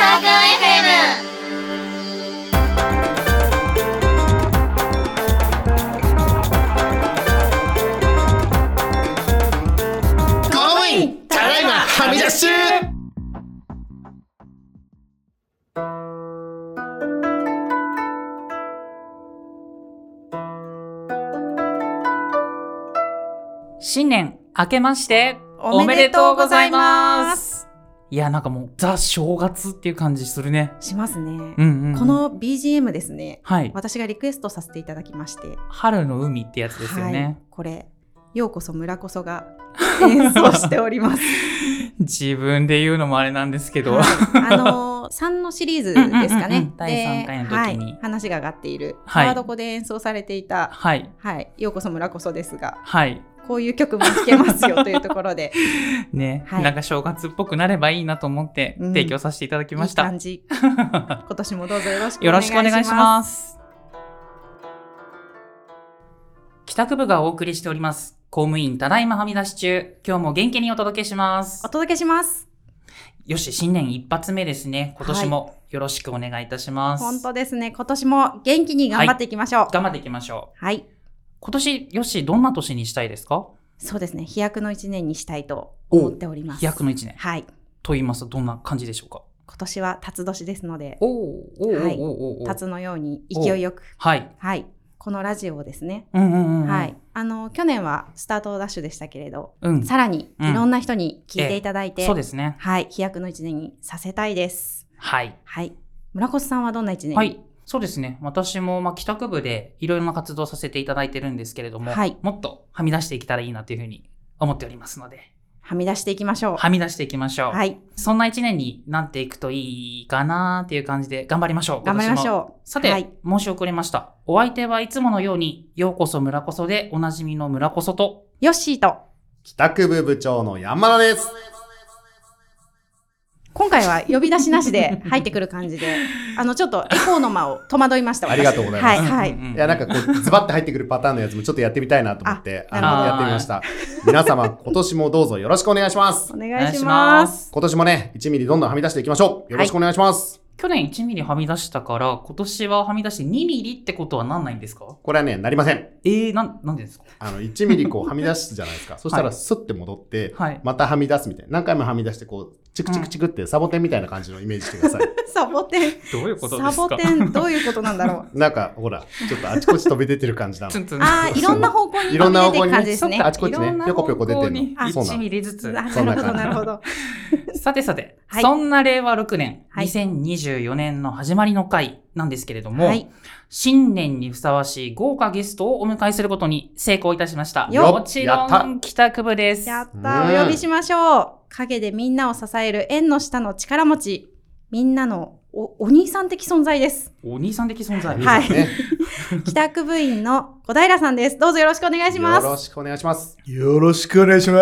ークン FM。 ただいまはみ出し中。 新年明けましておめでとうございます。いや、なんかもうザ正月っていう感じするね。 しますね、 この BGM ですね、 はい、 私がリクエストさせていただきまして、 春の海ってやつですよね、 はい、これようこそ村こそが演奏しております自分で言うのもあれなんですけど、 はい、3のシリーズですかね、 第3回の時に、 はい、話が上がっている川床で演奏されていた、 はいはい、ようこそ村こそですが、 はい、 こういう曲も聴けますよというところでね、 はい、 なんか正月っぽくなればいいなと思って提供させていただきました、 いい感じ今年もどうぞよろしくお願いします。 よろしくお願いします。帰宅部がお送りしております公務員ただいまはみ出し中。今日も元気にお届けします。 お届けします。 よし、新年一発目ですね。今年もよろしくお願いいたします。 本当ですね。今年も元気に頑張っていきましょう。 はい、頑張っていきましょう。 はい。 今年、よし、どんな年にしたいですか？ そうですね。飛躍の一年にしたいと思っております。 飛躍の一年。 はい。 と言いますと、どんな感じでしょうか？ 今年は辰年ですので、 はい、 辰のように勢いよく、 はい、 はい、このラジオをですね、 はい、 去年はスタートダッシュでしたけれど、さらにいろんな人に聞いていただいて、 そうですね、 はい、飛躍の一年にさせたいです。 はい、 はい、村越さんはどんな一年に？ はい、そうですね、私も帰宅部でいろいろな活動させていただいてるんですけれども、はい、もっとはみ出していけたらいいなというふうに思っておりますので、 はみ出していきましょう。 はみ出していきましょう。はい。そんな一年になっていくといいかなっていう感じで頑張りましょう。 頑張りましょう。さて、はい、申し遅れました。お相手はいつものように、ようこそ村こそでおなじみの村こそと、 ヨッシーと、 帰宅部部長の山田です。 今回は呼び出しなしで入ってくる感じで、ちょっとエコーの間を戸惑いました。 ありがとうございます。 はい、 はい。いや、なんかこう、ズバッと入ってくるパターンのやつもちょっとやってみたいなと思って、やってみました。皆様、今年もどうぞよろしくお願いします。 お願いします。 今年もね、1ミリどんどんはみ出していきましょう。よろしくお願いします。 去年1ミリはみ出したから、今年ははみ出して2ミリってことはなんないんですか？ これはね、なりません。 なんでですか ？1ミリこうはみ出すじゃないですか。そしたらスッて戻って、はい、またはみ出すみたいな。何回もはみ出して、こう、チクチクチクってサボテンみたいな感じのイメージしてください。 サボテンどういうことですか？ サボテンどういうことなんだろう。なんか、ほら、ちょっとあちこち飛び出てる感じなの。 いろんな方向に飛び出てる感じですね。 あちこちね、ぴょこぴょこ出てるの。 1ミリずつ。 なるほど、なるほど。 さてさて、はい、そんな令和6年、はい、2024年の始まりの回なんですけれども、はい、新年にふさわしい豪華ゲストをお迎えすることに成功いたしました。もちろん帰宅部です。 やった、お呼びしましょう。陰でみんなを支える縁の下の力持ち、みんなのお兄さん的存在です。 お兄さん的存在、 はい。帰宅部員の小平さんです。どうぞよろしくお願いします。 よろしくお願いします。 よろしくお願いします。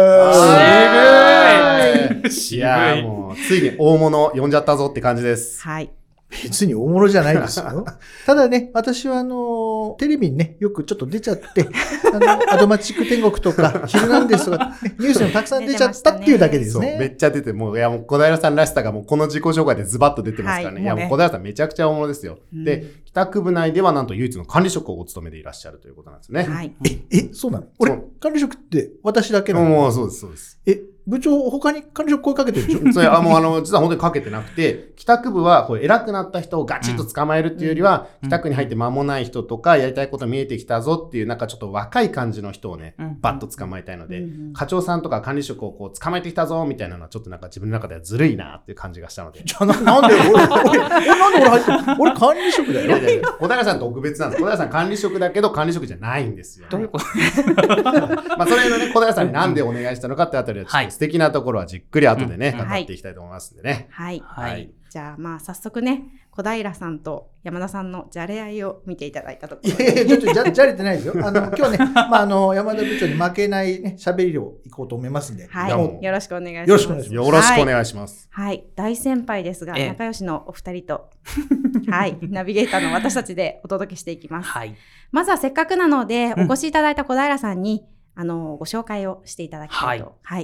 いやーもうついに大物呼んじゃったぞって感じです。 はい。 別に大物じゃないですよ。ただね、私はテレビにね、よくちょっと出ちゃって、アドマチック天国とか、ヒルナンデスとか、ね、ニュースにもたくさん出ちゃったっていうだけですね。 そう、めっちゃ出て、もう小平さんらしさがもうこの自己紹介でズバッと出てますからね。はい、いやもう小平さんめちゃくちゃ大物ですよ。で、帰宅部内ではなんと唯一の管理職をお務めでいらっしゃるということなんですね。 はい。 そうなの？俺、管理職って私だけなの？ もうそうです、そうです。 部長、他に管理職声かけてるでしょ？ それ、もう実は本当にかけてなくて、帰宅部はこう偉くなった人をガチッと捕まえるっていうよりは、帰宅に入って間もない人とか、やりたいこと見えてきたぞっていう、なんかちょっと若い感じの人をね、バッと捕まえたいので、課長さんとか管理職をこう捕まえてきたぞみたいなのは、ちょっとなんか自分の中ではずるいなっていう感じがしたので。 じゃあなんで俺入ってる？俺管理職だよ。 小平さん特別なんです。小平さん管理職だけど管理職じゃないんですよ。 どういうこと？ まあそれのね、小平さんになんでお願いしたのかってあたりは、ちょっと素敵なところはじっくり後でね、語っていきたいと思いますんでね。 はい。はい。じゃあまあ早速ね、小平さんと山田さんのじゃれ合いを見ていただいたところで。 いやちょっとじゃれてないですよ。今日ね、山田部長に負けないね、喋りをいこうと思いますんで。 はい。よろしくお願いします。 よろしくお願いします。 よろしくお願いします。 はい。大先輩ですが、仲良しのお二人と、はい。ナビゲーターの私たちでお届けしていきます。はい。まずはせっかくなので、お越しいただいた小平さんに、ご紹介をしていただきたいと。はい。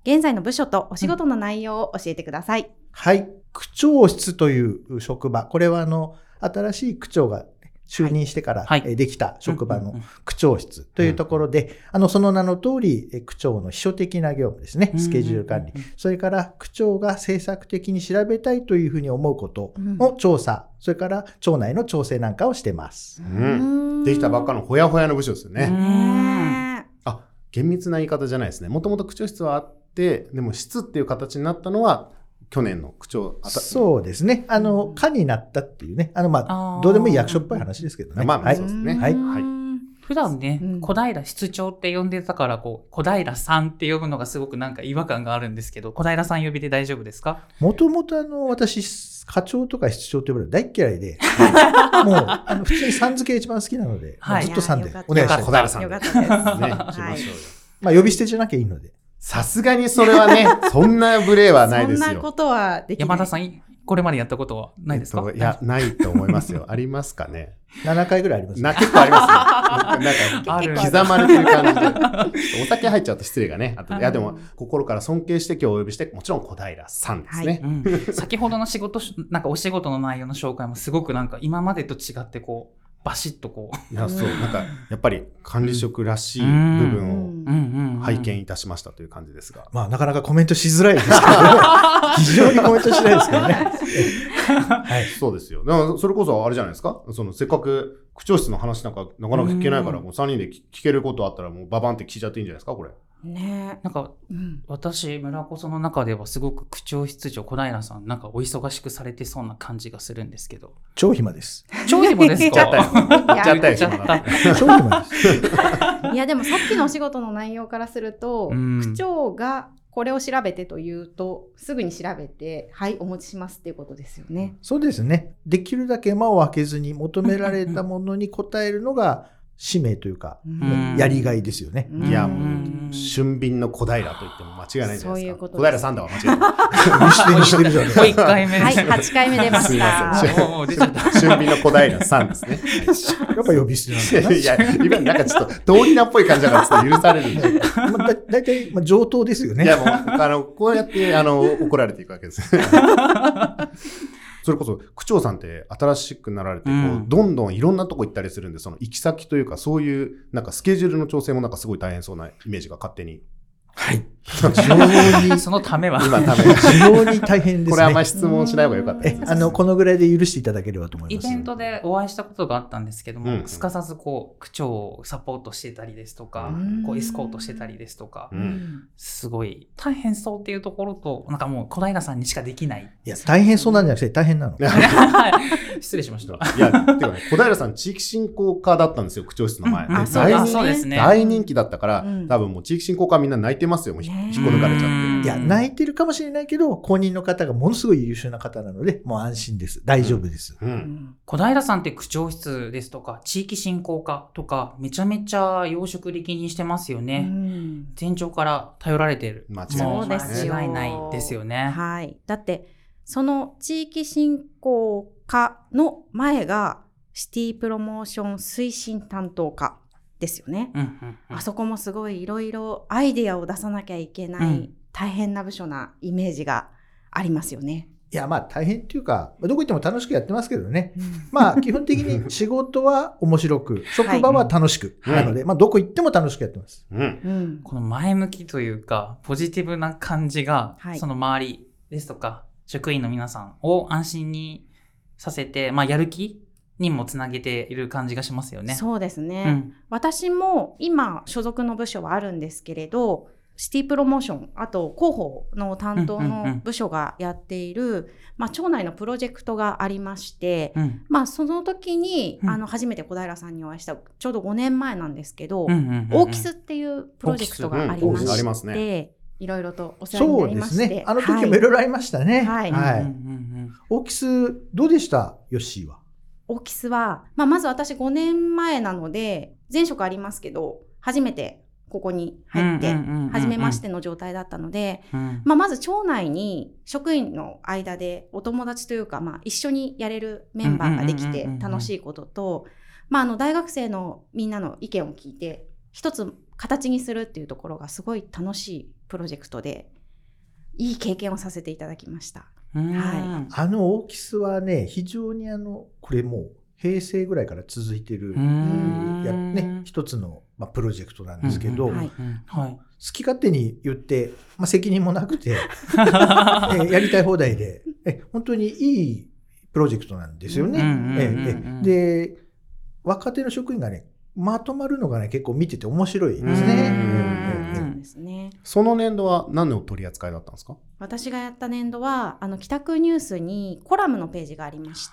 現在の部署とお仕事の内容を教えてください。 はい。区長室という職場。これは新しい区長が就任してからできた職場の区長室というところで、その名の通り、区長の秘書的な業務ですね。スケジュール管理。それから区長が政策的に調べたいというふうに思うことの調査、それから町内の調整なんかをしてます。 できたばっかのほやほやの部署ですよね。厳密な言い方じゃないですね。もともと区長室はあって、でも室っていう形になったのは、去年の区長。 そうですね。課になったっていうね。どうでもいい役所っぽい話ですけどね。 そうですね。はい。 普段ね、小平室長って呼んでたから、小平さんって呼ぶのがすごくなんか違和感があるんですけど、小平さん呼びで大丈夫ですか？ もともと私、課長とか室長って呼ばれるの大嫌いで、もう、普通にさん付けが一番好きなので、ずっとさんでお願いします。 小平さん。 よかったです。ね、行きましょうよ。呼び捨てじゃなきゃいいので。 さすがにそれはね、そんな無礼はないですよ。 そんなことはできない。 山田さん、これまでやったことはないですか？ いや、ないと思いますよ。ありますかね。 7回ぐらいありますね。 結構ありますよ。なんか、刻まれてる感じで。お酒入っちゃうと失礼がね。いや、でも、心から尊敬して今日お呼びして、もちろん小平さんですね。 先ほどのなんかお仕事の内容の紹介もすごくなんか今までと違ってバシッといや、そう、なんか、やっぱり管理職らしい部分を拝見いたしましたという感じですが。 なかなかコメントしづらいですけど、非常にコメントしないですからね。 はい。そうですよ。だからそれこそあれじゃないですか。せっかく区長室の話なんかなかなか聞けないから、もう3人で聞けることあったらもうババンって聞いちゃっていいんじゃないですか、これ。 ね、 なんか、私、村子の中ではすごく区長室長、小平さん、なんかお忙しくされてそうな感じがするんですけど。 超暇です。 超暇ですか？ 言っちゃったよ。 超暇です。 いや、でもさっきのお仕事の内容からすると、区長がこれを調べてというと、すぐに調べて、はい、お持ちしますっていうことですよね。 そうですね。できるだけ間を空けずに求められたものに応えるのが、使命というか、やりがいですよね。 いや、もう、俊敏の小平と言っても間違いないじゃないですか。そういうこと小平さんだは間違いない。 見捨てにしてるじゃないですか。 1回目。 はい、8回目出ました。 もう出ちゃった。 俊敏の小平さんですね。 やっぱ呼び捨てなんだ。 いや、今なんかちょっと、通り名っぽい感じだからちょっと許されるんで。 だいたい、上等ですよね。 いや、もう、こうやって、怒られていくわけです。それこそ区長さんって新しくなられてどんどんいろんなとこ行ったりするんで、その行き先というかそういうなんかスケジュールの調整もなんかすごい大変そうなイメージが勝手に。 はい。 非常にそのためは今ため非常に大変ですね。 これあんまり質問しない方がよかったです。 このぐらいで許していただければと思います。 イベントでお会いしたことがあったんですけども、すかさず区長をサポートしてたりですとか、エスコートしてたりですとか、すごい大変そうっていうところと、なんかもう小平さんにしかできない。 いや、大変そうなんじゃなくて大変なの。 失礼しました。 いや、てかね、小平さん地域振興課だったんですよ、区長室の前。 そうですね。 大人気だったから、多分もう地域振興課みんな泣いてますよ、もう引っこ抜かれちゃって。 いや、泣いてるかもしれないけど、公認の方がものすごい優秀な方なので、もう安心です。大丈夫です。 小平さんって区長室ですとか、地域振興課とか、めちゃめちゃ要職歴にしてますよね。前兆から頼られてる。 間違いないですよね。 はい。だって、その地域振興課の前が、シティプロモーション推進担当課ですよね。あそこもすごいいろいろアイデアを出さなきゃいけない、大変な部署なイメージがありますよね。 いや、大変っていうか、どこ行っても楽しくやってますけどね。基本的に仕事は面白く、職場は楽しく。なので、どこ行っても楽しくやってます。 この前向きというか、ポジティブな感じが、その周りですとか、職員の皆さんを安心にさせて、やる気にもつなげている感じがしますよね。 そうですね。私も今、所属の部署はあるんですけれど、シティプロモーション、あと広報の担当の部署がやっている、町内のプロジェクトがありまして、その時に、初めて小平さんにお会いした、ちょうど5年前なんですけど、オーキスっていうプロジェクトがありまして、いろいろとお世話になりまして。そうですね。 あの時もいろいろありましたね。オーキス、どうでしたヨッシーは？ オーキスは、まず私5年前なので、前職ありますけど、初めてここに入って、初めましての状態だったので、まず町内に職員の間でお友達というか、一緒にやれるメンバーができて楽しいことと、大学生のみんなの意見を聞いて、一つ形にするっていうところがすごい楽しいプロジェクトで、 いい経験をさせていただきました。 はい、 オーキスはね、非常にこれもう平成ぐらいから続いてる一つの、プロジェクトなんですけど、好き勝手に言って、責任もなくてやりたい放題で本当にいいプロジェクトなんですよね。で、若手の職員がねまとまるのがね結構見てて面白いですね。 その年度は何の取り扱いだったんですか？ 私がやった年度は帰宅ニュースにコラムのページがありまして、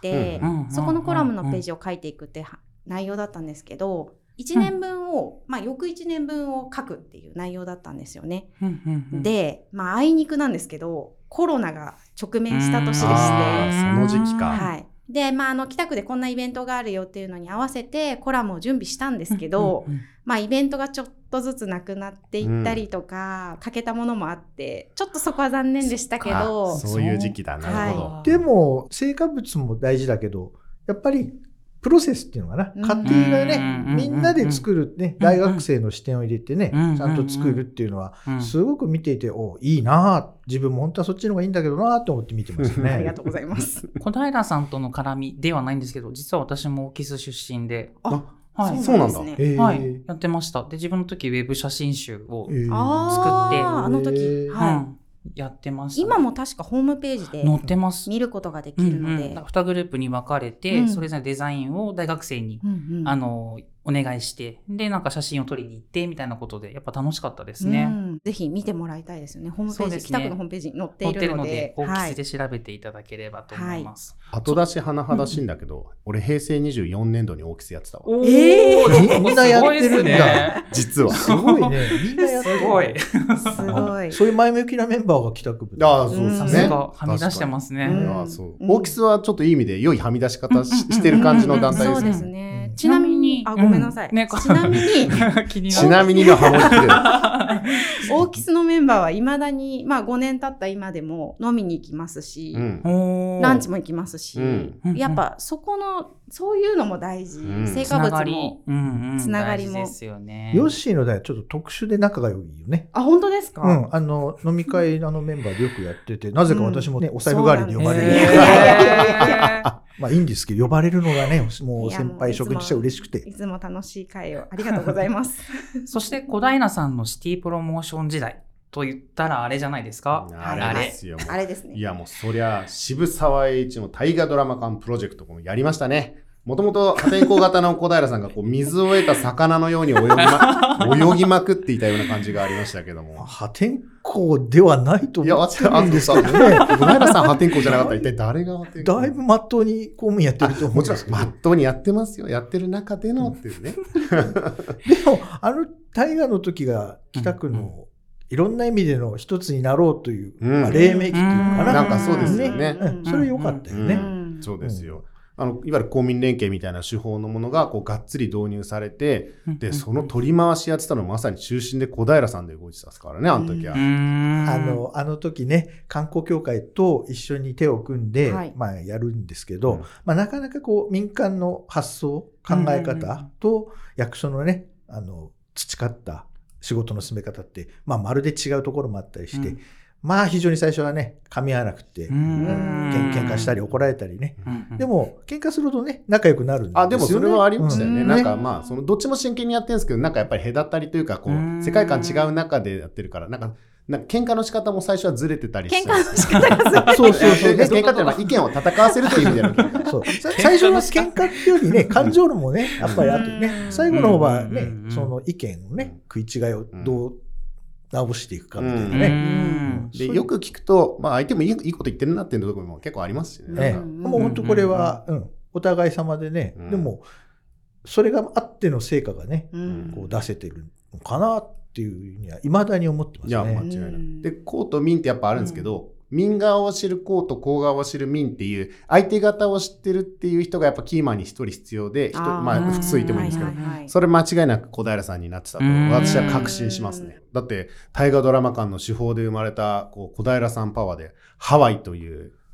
そこのコラムのページを書いていくって内容だったんですけど、1年分を、翌1年分を書くっていう内容だったんですよね。で、あいにくなんですけどコロナが直面した年でして、その時期か。 はい。で、北区でこんなイベントがあるよっていうのに合わせてコラムを準備したんですけど、イベントがちょっとずつなくなっていったりとか、欠けたものもあって、ちょっとそこは残念でしたけど。 そういう時期だ。なるほど。 でも、成果物も大事だけど、やっぱり、プロセスっていうのかな、過程がね、みんなで作るね、大学生の視点を入れてね、ちゃんと作るっていうのは、すごく見ていて、いいな、自分も本当はそっちの方がいいんだけどなと思って見てますね。 ありがとうございます。 小平さんとの絡みではないんですけど、実は私もオーキス出身で。 はい、そうなんだ。 はい、やってました。で、自分の時ウェブ写真集を作って、 あの時、 やってました。 今も確かホームページで載ってます見ることができるので、 2グループに分かれて、それぞれデザインを大学生に、お願いして、で写真を撮りに行ってみたいなことでやっぱ楽しかったですね。 ぜひ見てもらいたいですよね。ホームページ、北区のホームページに載っているので、 オーキスで調べていただければと思います。 後出し甚だしいんだけど、俺平成24年度にオーキスやってたわ。 みんなやってるんだ。 実はすごいね。みんなやってる。 すごい。 そういう前向きなメンバーが帰宅部。 そうですね。 はみ出してますね。 オーキスはちょっといい意味で良いはみ出し方してる感じの団体ですね。 そうですね。ちなみに、ごめんなさい。ちなみにのハモってる。 オーキスのメンバーは未だに、5年経った今でも飲みに行きますし、ランチも行きますし、やっぱそういうのも大事。成果物も、つながりも。 ヨッシーの代はちょっと特殊で仲が良いよね。 あ、本当ですか？ 飲み会メンバーでよくやってて、なぜか私もね、お財布代わりに呼ばれる。いいんですけど、呼ばれるのがね、もう先輩職人としては嬉しくて。 いつも楽しい会をありがとうございます。 そして小平さんのシティプロモーション時代と言ったらあれじゃないですか？ あれですよ。 あれですね。 いやもうそりゃ渋沢栄一の大河ドラマ館プロジェクトもやりましたね。もともと破天荒型の小平さんが水を得た魚のように泳ぎまくっていたような感じがありましたけども。 破天荒ではないと思ってるんですけどね。 小平さん破天荒じゃなかったら一体誰が破天荒？ だいぶ真っ当に公務員やってると思うんですけど。 もちろん真っ当にやってますよ。やってる中でのっていうね。 でも大河の時が北区のいろんな意味での一つになろうという、黎明期っていうのかな。 なんかそうですよね。 それ良かったよね。 そうですよ。いわゆる公民連携みたいな手法のものががっつり導入されて、で、その取り回しやってたのまさに中心で小平さんで動いてたですからね、あの時は。 あの時ね、観光協会と一緒に手を組んで、やるんですけど、なかなか民間の発想、考え方と役所のね、培った仕事の進め方って、まるで違うところもあったりして、非常に最初はね、噛み合わなくて、喧嘩したり怒られたりね。でも、喧嘩するとね、仲良くなるんですよね。 でもそれはありましたよね。どっちも真剣にやってるんですけど、やっぱり隔たりというか、世界観違う中でやってるから、喧嘩の仕方も最初はずれてたりして。 喧嘩の仕方がずれてそう。喧嘩っていうのは意見を戦わせるという意味での喧嘩。 そう。最初の喧嘩っていうよりね、感情論もね、やっぱりあってね、最後の方はね、その意見をね、食い違いをどう直していくかみたいなね。 で、よく聞くと、相手もいいこと言ってるなっていうところも結構ありますしね。 もう本当これは、お互い様でね、でも、それがあっての成果がね、出せてるのかなっていうふうには、未だに思ってますね。 いや、間違いない。で、公と民ってやっぱあるんですけど、民側を知る公と公側を知る民っていう、相手方を知ってるっていう人がやっぱキーマンに一人必要で、複数いてもいいんですけど、それ間違いなく小平さんになってたと私は確信しますね。だって、大河ドラマ館の手法で生まれた小平さんパワーで、ハワイという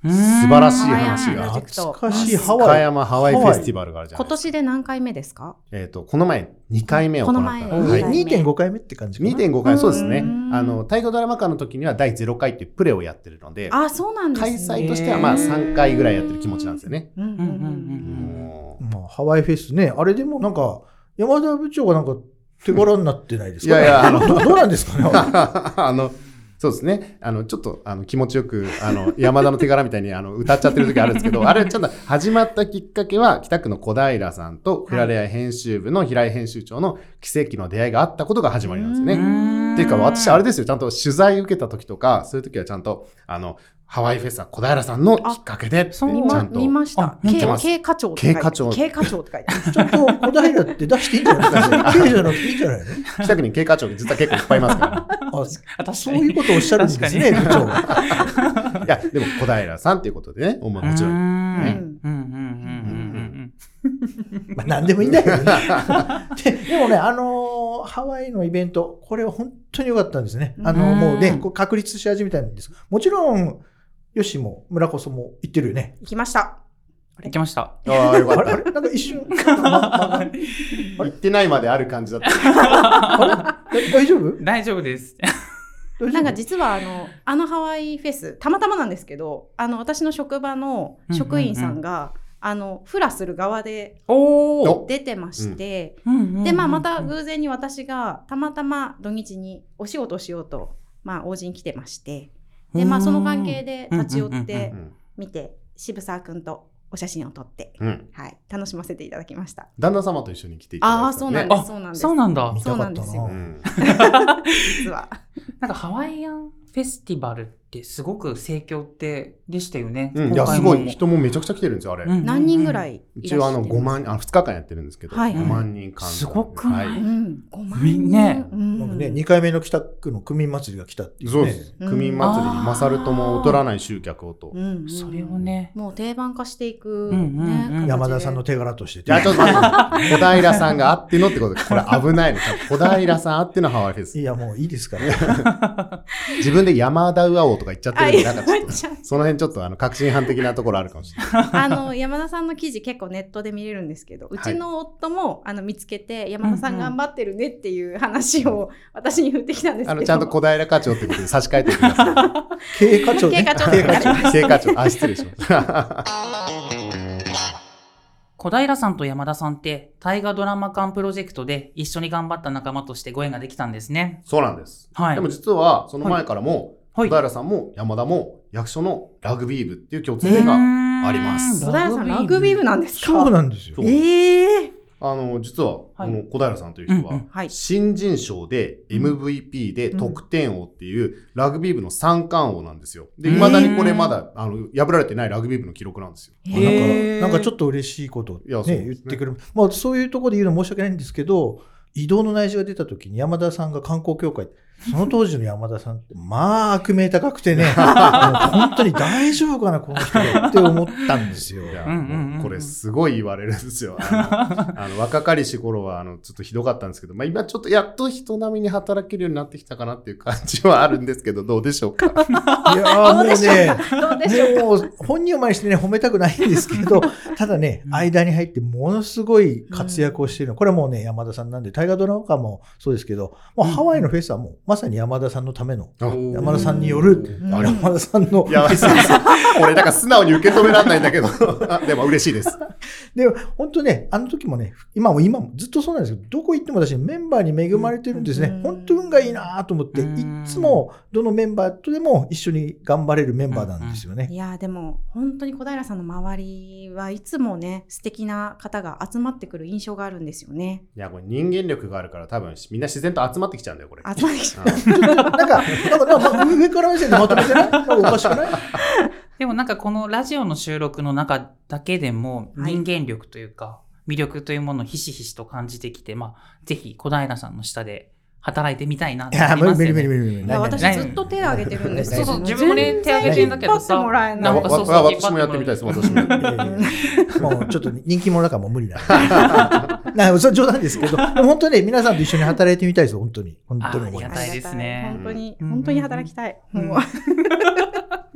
素晴らしい話が。 懐かしいハワイ。 塚山ハワイフェスティバルがあるじゃないですか。 今年で何回目ですか？ この前2回目を行った。 はい、 2.5 回目って感じかな。 2.5 回、そうですね。大河ドラマ館の時には第0回っていうプレをやってるので、 そうなんですね。 開催としてはまあ3回ぐらいやってる気持ちなんですよね。 ハワイフェスね、あれでもなんか、山田部長がなんか手柄になってないですか？ いやいや、 どうなんですかねそうですね。ちょっと、気持ちよく、山田の手柄みたいに、歌っちゃってる時あるんですけど、あれ、ちょっと始まったきっかけは、北区の小平さんと、フラレア編集部の平井編集長の奇跡の出会いがあったことが始まりなんですよね。っていうか、私、あれですよ、ちゃんと取材受けた時とか、そういう時はちゃんと、ハワイフェスは小平さんのきっかけで、ちゃんと。 見ました。K 課長って書いてある。K 課長って書いてある。 ちょっと小平って出していいんじゃないですか？ K じゃなくていいんじゃないの？ 北区に K 課長実は結構いっぱいいますから。 そういうことをおっしゃるんですね、部長。 いや、でも小平さんっていうことでね、もちろん。 何でもいいんだけどね。でもね、ハワイのイベント、これは本当に良かったんですね。もうね、確立し始めたんです。もちろん、よしも村こそも行ってるよね。 行きました。 行きました。 ああ、よかった。 あれなんか一瞬、 行ってないまである感じだった。 あれ大丈夫？ 大丈夫です。 なんか実はハワイフェス、たまたまなんですけど、私の職場の職員さんが、フラする側で出てまして、で、また偶然に私がたまたま土日にお仕事をしようと、応じに来てまして、で、その関係で立ち寄って見て、渋沢くんとお写真を撮って、はい、楽しませていただきました。 旦那様と一緒に来ていただいた、ね。 そうなんです、そうなんです。 そうなんだ。 そうなんですよ。実は。 なんかハワイアンフェスティバルってすごく盛況ってでしたよね。 いや、すごい。人もめちゃくちゃ来てるんですよ、あれ。 何人ぐらいいらっしゃるんですか？ 一応5万人、2日間やってるんですけど、5万人間。 すごくない？ 5万人。 ね。 2回目の北区の区民祭りが来たっていうね。 そうです。区民祭りに勝るとも劣らない集客をと。 それをね。 もう定番化していくね。山田さんの手柄として。 いや、ちょっと待って。小平さんがあってのってことで、これ危ないの。小平さんあってのハワイフェス。 いや、もういいですから。 自分で山田ウアオとか言っちゃってるんで、なんかちょっと、その辺ちょっと革新犯的なところあるかもしれない。山田さんの記事結構ネットで見れるんですけど、うちの夫も見つけて、山田さん頑張ってるねっていう話を私に振ってきたんですけど。 ちゃんと小平課長ってことで差し替えておいてください。経営課長ね。 経営課長。失礼しました。 小平さんと山田さんって大河ドラマ館プロジェクトで一緒に頑張った仲間としてご縁ができたんですね。 そうなんです。でも実はその前からも、小平さんも山田も役所のラグビー部っていう共通点があります。 小平さんラグビー部なんですか？ そうなんですよ。 実は、この小平さんという人は、新人賞で MVP で得点王っていうラグビー部の三冠王なんですよ。で、未だにこれまだ、破られてないラグビー部の記録なんですよ。 なんかちょっと嬉しいことね、言ってくる。そういうところで言うの申し訳ないんですけど、異動の内示が出た時に山田さんが観光協会、その当時の山田さんって、悪名高くてね、本当に大丈夫かな、この人って思ったんですよ。 これすごい言われるんですよ。若かりし頃は、ちょっとひどかったんですけど、今ちょっとやっと人並みに働けるようになってきたかなっていう感じはあるんですけど、どうでしょうか。 いやもうね、もう本人を前にしてね、褒めたくないんですけど、ただね、間に入ってものすごい活躍をしているの。これはもうね、山田さんなんで、大河ドラマ館もそうですけど、もうハワイのフェスはもう、まさに山田さんのための、山田さんによる、山田さんの。 いや、俺、なんか素直に受け止められないんだけど、でも嬉しいです。 でも、本当ね、あの時もね、今もずっとそうなんですけど、どこ行っても私、メンバーに恵まれてるんですね。本当運がいいなと思って、いつもどのメンバーとでも一緒に頑張れるメンバーなんですよね。 いや、でも、本当に小平さんの周りはいつもね、素敵な方が集まってくる印象があるんですよね。 いや、これ人間力があるから多分みんな自然と集まってきちゃうんだよ、これ。 集まってきちゃう。 なんか上から目線でまとめてない？なんかおかしくない？ でもなんかこのラジオの収録の中だけでも人間力というか魅力というものをひしひしと感じてきて、ぜひ小平さんの下で働いてみたいなって思いますよね。 無理。 私ずっと手を挙げてるんですけど。 そう、自分もね、手挙げてるんだけどさ。 私もやってみたいです、私も。 もうちょっと人気者だからもう無理だ。それ冗談ですけど、本当にね、皆さんと一緒に働いてみたいです、本当に。本当にありがたいですね。 本当に働きたい。は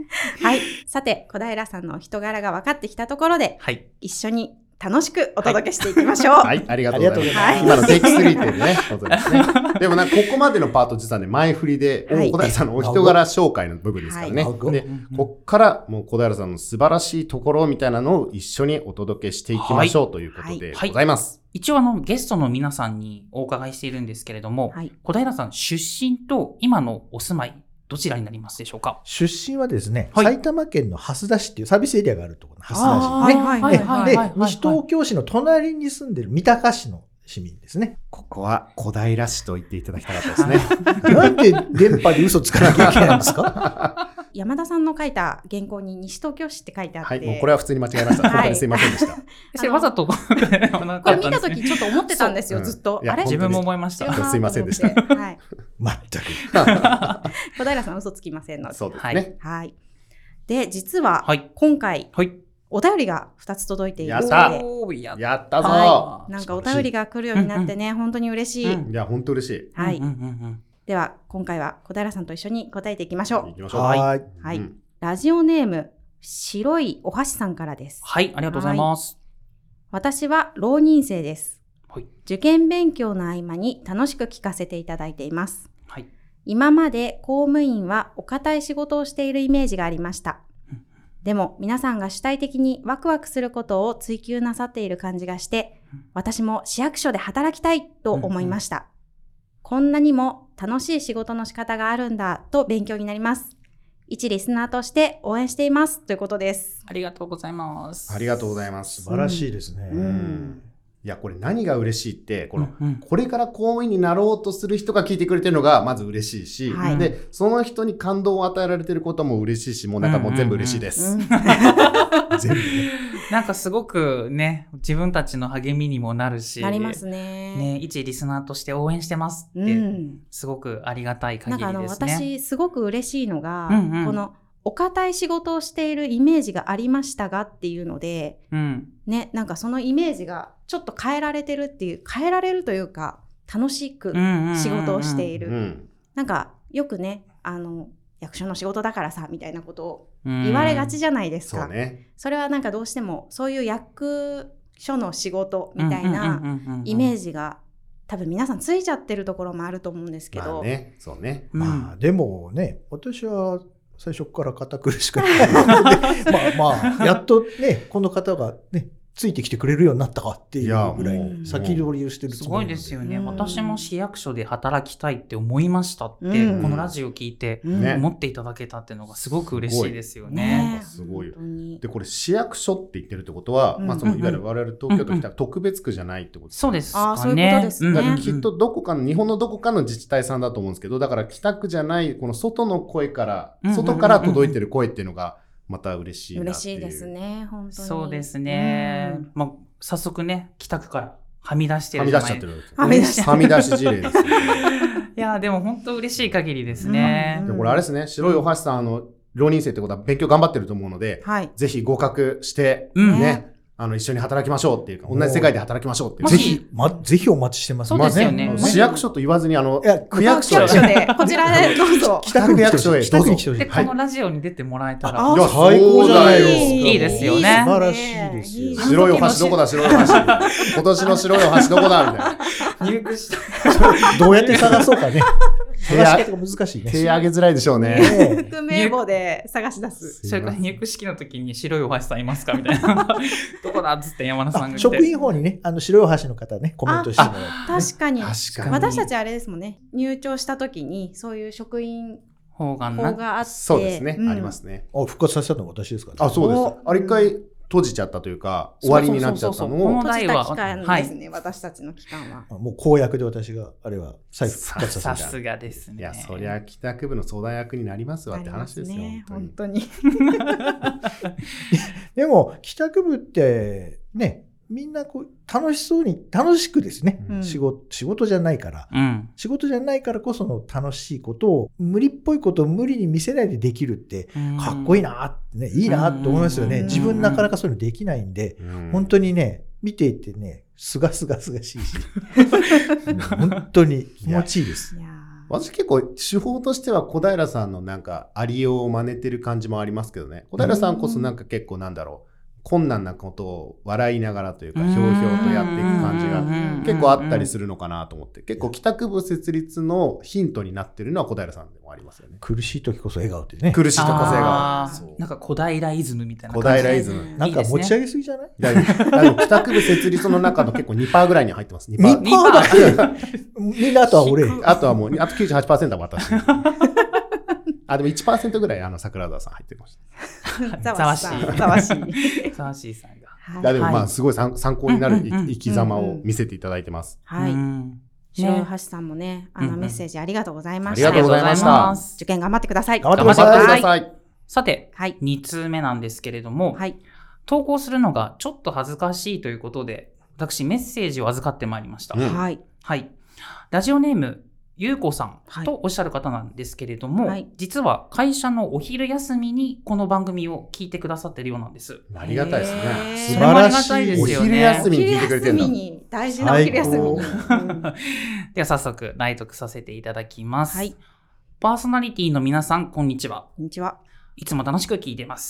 はい。さて、小平さんのお人柄が分かってきたところで、 はい。 一緒に楽しくお届けしていきましょう。 はい、ありがとうございます。 はい、 今のテイク3っていうね、ことですね。でもここまでのパート実はね、前振りで、小平さんのお人柄紹介の部分ですからね。で、こっからもう小平さんの素晴らしいところみたいなのを一緒にお届けしていきましょうということでございます。 一応ゲストの皆さんにお伺いしているんですけれども、小平さん出身と今のお住まい、どちらになりますでしょうか？ 出身はですね、埼玉県の蓮田市っていうサービスエリアがあるところの蓮田市ね。で、西東京市の隣に住んでる三鷹市の市民ですね。 ここは小平市と言っていただきたかったですね。 なんで電波で嘘つかなきゃいけないんですか？ 山田さんの書いた原稿に西東京市って書いてあって。 はい、もうこれは普通に間違えました。本当にすいませんでした。 わざとこれ見たときちょっと思ってたんですよ、ずっと。 あれ自分も思いました。 すいませんでした。 はい。 全く。 小平さん嘘つきませんので。 そうですね。 はい。で、実は、今回、お便りが2つ届いているので。 やったぞ。 なんかお便りが来るようになってね、本当に嬉しい。 いや、本当嬉しい。 はい。では、今回は小平さんと一緒に答えていきましょう。 行きましょう。 はい。 ラジオネーム、白いお箸さんからです。 はい、ありがとうございます。 私は浪人生です。受験勉強の合間に楽しく聞かせていただいています。今まで公務員はお堅い仕事をしているイメージがありました。でも皆さんが主体的にワクワクすることを追求なさっている感じがして、私も市役所で働きたいと思いました。こんなにも楽しい仕事の仕方があるんだと勉強になります。一リスナーとして応援していますということです。 ありがとうございます。 ありがとうございます。 素晴らしいですね。 いや、これ何が嬉しいって、これから公務員になろうとする人が聞いてくれてるのがまず嬉しいし、で、その人に感動を与えられてることも嬉しいし、もうもう全部嬉しいです。全部なんかすごくね、自分たちの励みにもなるし。 なりますね。 一リスナーとして応援してますって、すごくありがたい限りですね。 私すごく嬉しいのが、このお堅い仕事をしているイメージがありましたがっていうので、ね、なんかそのイメージがちょっと変えられてるっていう、変えられるというか、楽しく仕事をしている。なんかよくね、役所の仕事だからさ、みたいなことを言われがちじゃないですか。それはなんかどうしても、そういう役所の仕事みたいなイメージが多分皆さんついちゃってるところもあると思うんですけど。 そうね。 まあでもね、私は最初から堅苦しくないので、まあやっとね、この方がね、ついてきてくれるようになったかっていうぐらい先取りをしてるつもりなんで。すごいですよね。私も市役所で働きたいって思いましたって、このラジオ聞いて思っていただけたっていうのがすごく嬉しいですよね。 すごいよ。で、これ市役所って言ってるってことは、まあそのいわゆる我々東京都来たら特別区じゃないってことですね。そうですかね。 そういうことですね。 きっとどこかの、日本のどこかの自治体さんだと思うんですけど、だから北区じゃない、この外の声から、外から届いてる声っていうのが、また嬉しいなっていう。 嬉しいですね、本当に。 そうですね。まあ早速ね、北区からはみ出してるじゃない。はみ出しちゃってる。はみ出し事例ですね。 いや、でも本当嬉しい限りですね。 でこれあれですね、白いお箸さん、浪人生ってことは勉強頑張ってると思うので、ぜひ合格して、ね、一緒に働きましょうっていうか、同じ世界で働きましょうっていう。 ぜひお待ちしてます。 そうですよね。 市役所と言わずに、 区役所で、こちらでどうぞ。 北区役所へどうぞ。 で、このラジオに出てもらえたら。 いや、最高じゃないですか。 いいですよね。 素晴らしいですよ。 白いお箸どこだ、白いお箸。今年の白いお箸どこだみたいな。 入区した。 どうやって探そうかね。探し方が難しいね。 手上げづらいでしょうね。 区名簿で探し出す。 それから入区式の時に白いお箸さんいますかみたいな。どこだっつって山田さんが来て。 職員法にね、白いお箸の方ね、コメントしてもらって。 確かに。私たちあれですもんね。入庁した時に、そういう職員法があって。 そうですね。ありますね。 復活させたのは私ですからね。そうです。あれ一回閉じちゃったというか、終わりになっちゃったのを。 閉じた期間ですね、私たちの期間は。 もう公約で私が、あれは再復活させた。 さすがですね。 いや、そりゃ帰宅部の相談役になりますわって話ですよ。 本当に。 でも、帰宅部って、ね、みんな楽しそうに、楽しくですね、仕事じゃないから、仕事じゃないからこその楽しいことを、無理っぽいことを無理に見せないでできるって、かっこいいなってね、いいなって思いますよね。自分なかなかそういうのできないんで、本当にね、見ていてね、すがすがしいし、本当に気持ちいいです。 私結構手法としては小平さんのなんかありようを真似てる感じもありますけどね。小平さんこそなんか結構なんだろう、困難なことを笑いながらというか、ひょうひょうとやっていく感じが結構あったりするのかなと思って、結構帰宅部設立のヒントになってるのは小平さんでもありますよね。 苦しい時こそ笑顔ってね。 苦しい時こそ笑顔。 なんか小平イズムみたいな小感じ。 平イズム。 なんか持ち上げすぎじゃない？ 帰宅部設立の中の結構 2% ぐらいに入ってます。2%。 2%だけ。みんなあとは俺。 あとはもう、あと 98% は私。でも 1% ぐらい桜田さん入ってました。 ざわしい。 ざわしい。 ざわしいさんが。 でもすごい参考になる生き様を見せていただいてます。 はい。白橋さんもね、メッセージありがとうございました。 ありがとうございました。 受験頑張ってください。 頑張ってください。 さて、2通目なんですけれども、投稿するのがちょっと恥ずかしいということで、私メッセージを預かってまいりました。はい。ラジオネーム、ゆうこさんとおっしゃる方なんですけれども、実は会社のお昼休みにこの番組を聞いてくださでるようなんです。 ありがたいですね。 素晴らしいですよね。 お昼休みに聞いてくれてるんだ。 大事なお昼休みに。 では早速内読させていただきます。パーソナリティの皆さん、こんにちは。 こんにちは。 いつも楽しく聞いてます。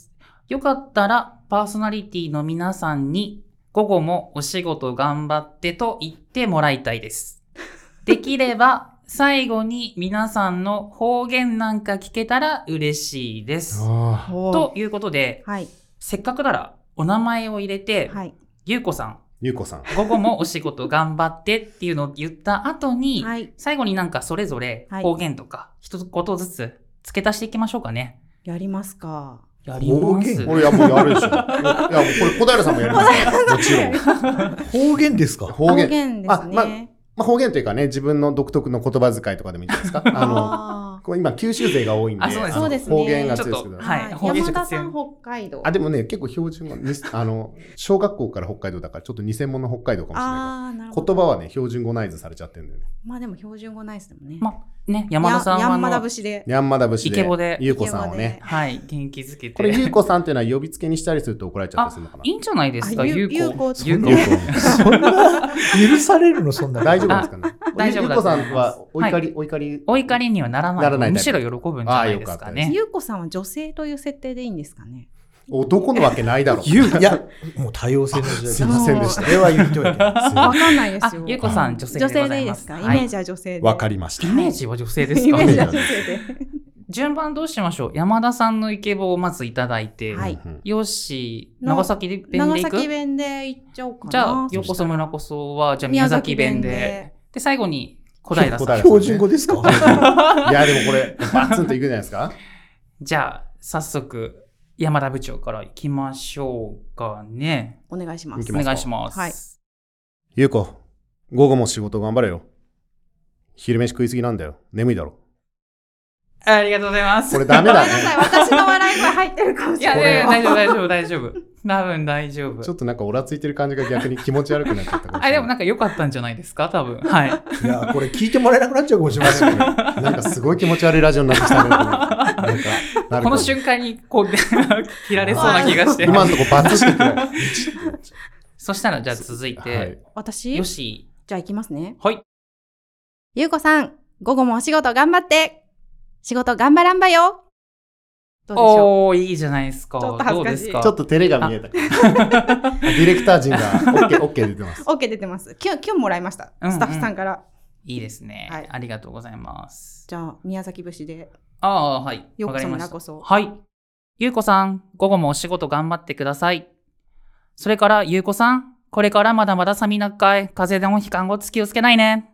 よかったらパーソナリティの皆さんに午後もお仕事頑張ってと言ってもらいたいです。できれば最後に皆さんの方言なんか聞けたら嬉しいです。ということで、せっかくならお名前を入れて、ゆうこさん。午後もお仕事頑張ってっていうのを言った後に、最後になんかそれぞれ方言とか一言ずつ付け足していきましょうかね。 やりますか。 やります。 これもうやるでしょ。いや、もうこれ小平さんもやりますからもちろん。 方言ですか？ 方言ですね。 方言というかね、自分の独特の言葉遣いとかでもいいんじゃないですか。今、九州勢が多いんで、 そうですね、 方言が強いですけど。 山田さん、北海道。 でもね、結構標準が、小学校から北海道だから、ちょっと偽物北海道かもしれないけど、言葉はね、標準語ナイズされちゃってるんだよね。 でも標準語ナイズでもね。 山田さんは山田節で。 山田節で。 イケボで。 ゆうこさんをね。 元気づけて。 これ、ゆうこさんっていうのは呼びつけにしたりすると怒られちゃったりするのかな？ いいんじゃないですか、ゆうこ。 そんな、許されるの、そんな。 大丈夫ですかね？ 大丈夫だ。 ゆうこさんは、お怒りにはならない。むしろ喜ぶんじゃないですかね。 ゆうこさんは女性という設定でいいんですかね？ 男のわけないだろう。 いや、もう多様性の時代。 すいませんでした。 それは言ってはいけない。 わかんないですよ。 ゆうこさん、女性でございます。 女性でいいですか？イメージは女性で。 わかりました。 イメージは女性ですか？ イメージは女性で。 順番どうしましょう？山田さんのイケボをまずいただいて、よし、長崎弁でいく？ 長崎弁でいっちゃおうかな。 じゃあ、ようこそ村こそは、じゃあ宮崎弁で。で、最後に小平さん。 標準語ですか？ いや、でもこれ、バツンといくじゃないですか。 じゃあ、早速、山田部長から行きましょうかね。 お願いします。 お願いします。 はい。 ゆうこ、午後も仕事頑張れよ。昼飯食いすぎなんだよ。眠いだろ。 ありがとうございます。 これダメだね。 ごめんなさい。私の笑い声入ってるかもしれない。 いや、大丈夫。多分大丈夫。 ちょっとなんかオラついてる感じが逆に気持ち悪くなっちゃったかもしれない。 でもなんか良かったんじゃないですか多分。はい。 いや、これ聞いてもらえなくなっちゃうかもしれませんけど。 なんかすごい気持ち悪いラジオになってきたね。なんかこの瞬間にこう切られそうな気がして。 今のとこバツしてくる。 そしたらじゃあ続いて、 私よし。 じゃあ行きますね。 はい。 ゆうこさん、午後もお仕事頑張って。仕事頑張らんばよ。どうでしょう？ いいじゃないですか。 ちょっと恥ずかしい。 ちょっと照れが見えた。ディレクター陣が OK 出てます。 OK 出てます。キュンもらいました。スタッフさんから。 いいですね。ありがとうございます。 じゃあ、宮崎節で。 はい。 ようこそ村こそ。 はい。ゆうこさん、午後もお仕事頑張ってください。それから、ゆうこさん、これからまだまだ寒い中い、風邪でもひかんごつ気をつけないね。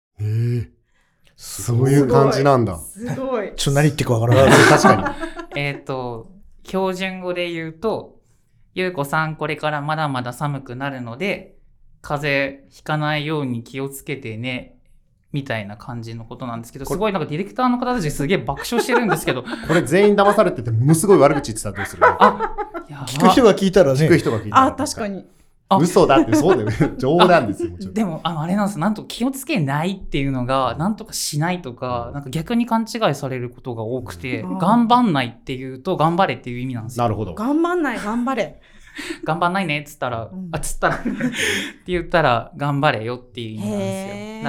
そういう感じなんだ。 すごい。 何言ってかわからない。 確かに。標準語で言うと、ゆうこさんこれからまだまだ寒くなるので、風邪ひかないように気をつけてね、みたいな感じのことなんですけど、すごいなんかディレクターの方たちすげえ爆笑してるんですけど。 これ全員騙されてて、ものすごい悪口言ってたらどうする？ 聞く人が聞いたらね。 確かに。 嘘だって、そうだよね。冗談ですよ。 でも、あれなんです。なんと気をつけないっていうのが、なんとかしないとか、なんか逆に勘違いされることが多くて、頑張んないっていうと、頑張れっていう意味なんですよ。 なるほど。 頑張んない、頑張れ。 頑張んないねっつったら、って言ったら、頑張れよっていう意味なんですよ。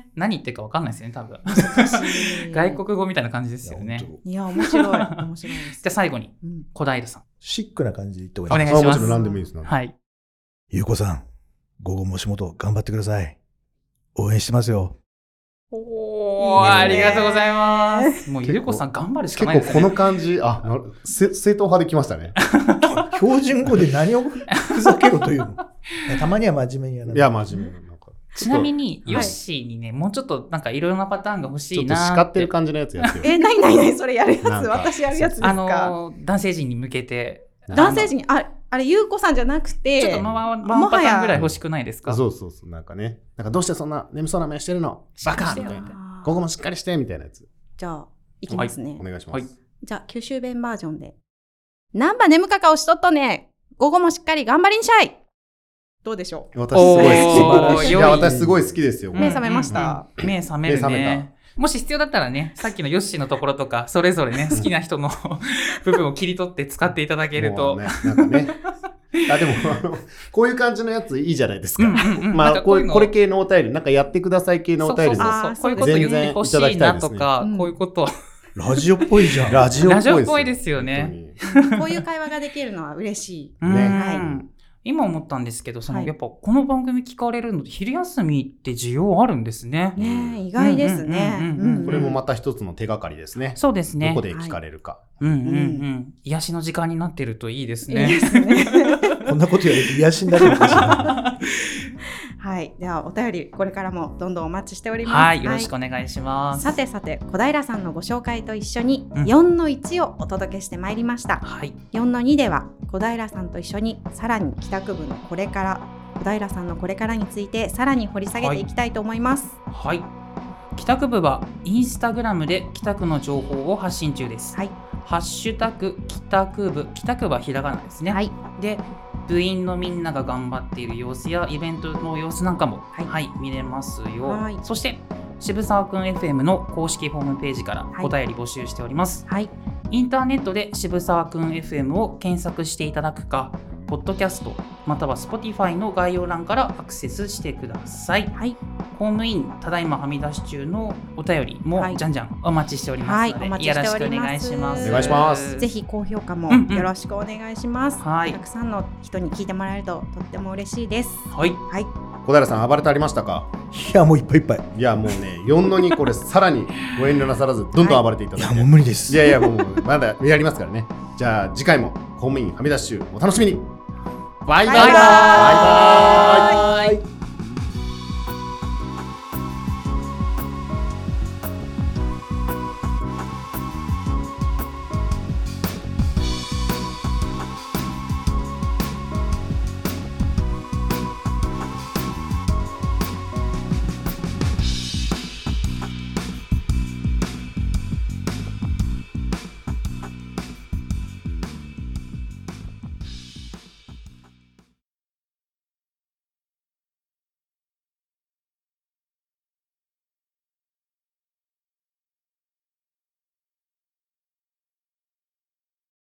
何言ってるか分かんないですよね、多分。外国語みたいな感じですよね。 いや、面白い。面白いです。 じゃあ最後に、小平さん。 シックな感じで言ってお願いします。 もちろん何でもいいです。 はい。 ゆうこさん、午後も仕事頑張ってください。応援してますよ。 おー、ありがとうございます。もうゆうこさん頑張るしかないですね。 結構この感じ、正統派で来ましたね。 標準語で何をふざけろというの。たまには真面目にやらない。 いや、真面目な。 ちなみに、ヨッシーにね、もうちょっとなんかいろいろなパターンが欲しいなちょっと叱ってる感じのやつやってよ。 何それやるやつ私やるやつですか？ 男性陣に向けて。 男性陣に、あれ、ゆうこさんじゃなくて、 ちょっとワンパターンぐらい欲しくないですか？ そう。なんかね。なんかどうしてそんな眠そうな目してるの？バカみたいな。ここもしっかりしてみたいなやつ。 じゃあ、いきますね。 お願いします。 じゃあ、九州弁バージョンで。なんば眠かかをしとっとね。午後もしっかり頑張りんしゃい。どうでしょう？ 私すごい好き。いや、私すごい好きですよ。 目覚めました。 目覚めるね。もし必要だったらね、さっきのヨッシーのところとか、それぞれね、好きな人の部分を切り取って使っていただけると。 なんかね。でも、こういう感じのやついいじゃないですか。まあ、これ系のお便り、なんかやってください系のお便りも。 こういうこと言ってほしいなとか、こういうこと。 ラジオっぽいじゃん。 ラジオっぽいですよね。 こういう会話ができるのは嬉しい。 ね。今思ったんですけど、やっぱこの番組聞かれるので、昼休みって需要あるんですね。 ね、意外ですね。 これもまた一つの手がかりですね。 そうですね。 どこで聞かれるか。 癒しの時間になってるといいですね。 こんなこと言われて癒しになるのかしら。 はい。では、お便り、これからもどんどんお待ちしております。 はい。よろしくお願いします。 さて、小平さんのご紹介と一緒に、4-1をお届けしてまいりました。 はい。 4-2では、小平さんと一緒に、さらに帰宅部のこれから、小平さんのこれからについて、さらに掘り下げていきたいと思います。 はい。帰宅部は、インスタグラムで帰宅の情報を発信中です。はい。ハッシュタグ帰宅部、帰宅部はひらがなですね。はい。で、部員のみんなが頑張っている様子やイベントの様子なんかも、見れますよ。はい、そして渋沢くん FM の公式ホームページからお便り募集しております。はい、インターネットで渋沢くん FM を検索していただくか、ポッドキャストまたは Spotify の概要欄からアクセスしてください。はい、公務員ただいまはみ出し中のお便りもじゃんじゃんお待ちしておりますので、よろしくお願いします。 お願いします。 ぜひ高評価もよろしくお願いします。たくさんの人に聞いてもらえるととっても嬉しいです。はい。はい。 小平さん暴れてありましたか？ いやもういっぱいいっぱい。 いやもうね4-2これさらにご遠慮なさらずどんどん暴れていただいて。 いやもう無理です。 いやもうまだやりますからね。じゃあ次回も公務員はみ出し中お楽しみに。バイバイ。バイバイ。